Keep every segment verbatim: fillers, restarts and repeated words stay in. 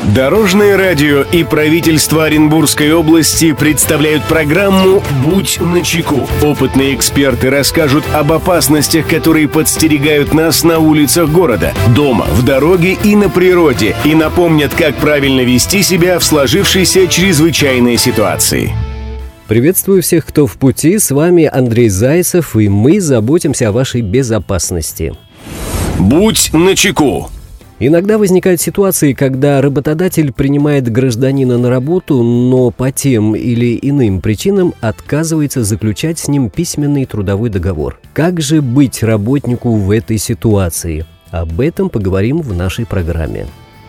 Дорожное радио и правительство Оренбургской области представляют программу «Будь начеку». Опытные эксперты расскажут об опасностях, которые подстерегают нас на улицах города, дома, в дороге и на природе, и напомнят, как правильно вести себя в сложившейся чрезвычайной ситуации. Приветствую всех, кто в пути. С вами Андрей Зайцев, и мы заботимся о вашей безопасности. «Будь начеку». Иногда возникают ситуации, когда работодатель принимает гражданина на работу, но по тем или иным причинам отказывается заключать с ним письменный трудовой договор. Как же быть работнику в этой ситуации? Об этом поговорим в нашей программе.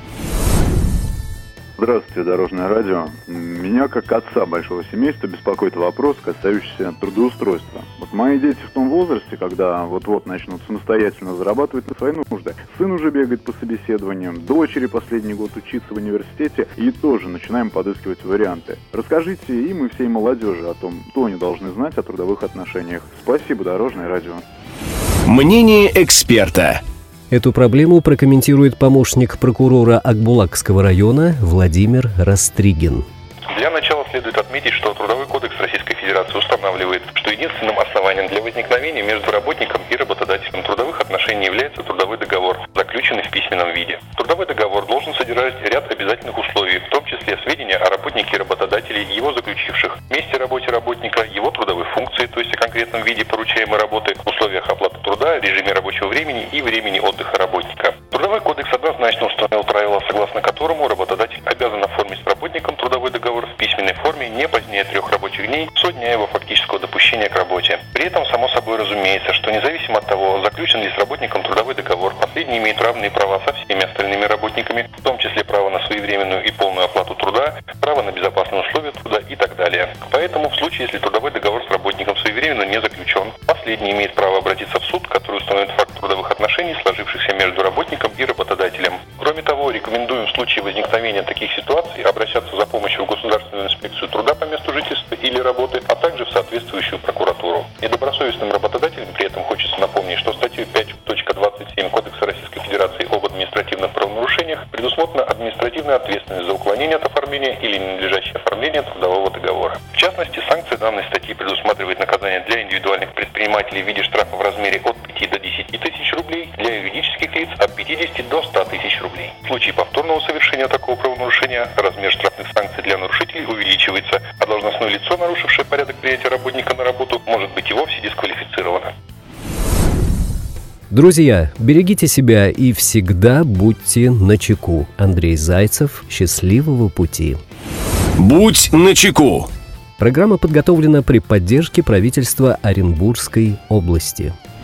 Здравствуйте, Дорожное радио. Меня, как отца большого семейства, беспокоит вопрос, касающийся трудоустройства. Вот мои дети в том возрасте, когда вот-вот начнут самостоятельно зарабатывать на свои нужды. Сын уже бегает по собеседованиям, дочери последний год учиться в университете, и тоже начинаем подыскивать варианты. Расскажите им и всей молодежи о том, что они должны знать о трудовых отношениях. Спасибо, Дорожное радио. Мнение эксперта. Эту проблему прокомментирует помощник прокурора Акбулакского района Владимир Растригин. Для начала следует отметить, что Трудовой кодекс Российской Федерации устанавливает, что единственным основанием для возникновения между работником и работодателем трудовых отношений является трудовой договор, заключенный в письменном виде. Трудовой договор должен содержать ряд обязательных условий, в том числе сведения о работнике и работодателе, его заключивших, месте работы работника, его трудовой функции, то есть о конкретном виде поручаемой работы, условиях оплаты труда, режиме рабочего времени и времени отдыха работника. Трудовой кодекс однозначно установил правила, согласно которому работодатель обязан оформить с работником трудовой договор в письменной форме не позднее трех рабочих дней со дня его фактического допущения к работе. При этом, само собой разумеется, что независимо от того, заключен ли с работником трудовой договор, последний имеет равные права со всеми остальными работниками, в том числе право на своевременную и полную оплату труда, право на безопасные условия труда и так далее. Поэтому в случае, если трудовой договор с работником своевременно не заключен, последний имеет право обратиться в суд, который установит факт трудовых отношений, сложившихся между работником и работодателем. Кроме того, рекомендуем в случае возникновения таких ситуаций обращаться за помощью в Государственную инспекцию труда по месту жительства или работы, а также в соответствующую прокуратуру. Недобросовестным работодателям при этом хочется напомнить, что статьей пять точка двадцать семь Кодекса Российской Федерации об административных правонарушениях предусмотрена административная ответственность за уклонение от оформления или ненадлежащее оформление трудового договора. В частности, санкция данной статьи предусматривает наказание для индивидуальных предпринимателей в виде штрафа в размере от пяти до десяти тысяч рублей, для юридических лиц от пятидесяти до ста тысяч рублей. В случае повторного совершения такого правонарушения размер штрафных санкций для нарушителей увеличивается, а должностное лицо, нарушившее порядок принятия работника на работу, может быть и вовсе дисквалифицировано. Друзья, берегите себя и всегда будьте начеку. Андрей Зайцев. Счастливого пути. «Будь начеку». Программа подготовлена при поддержке правительства Оренбургской области.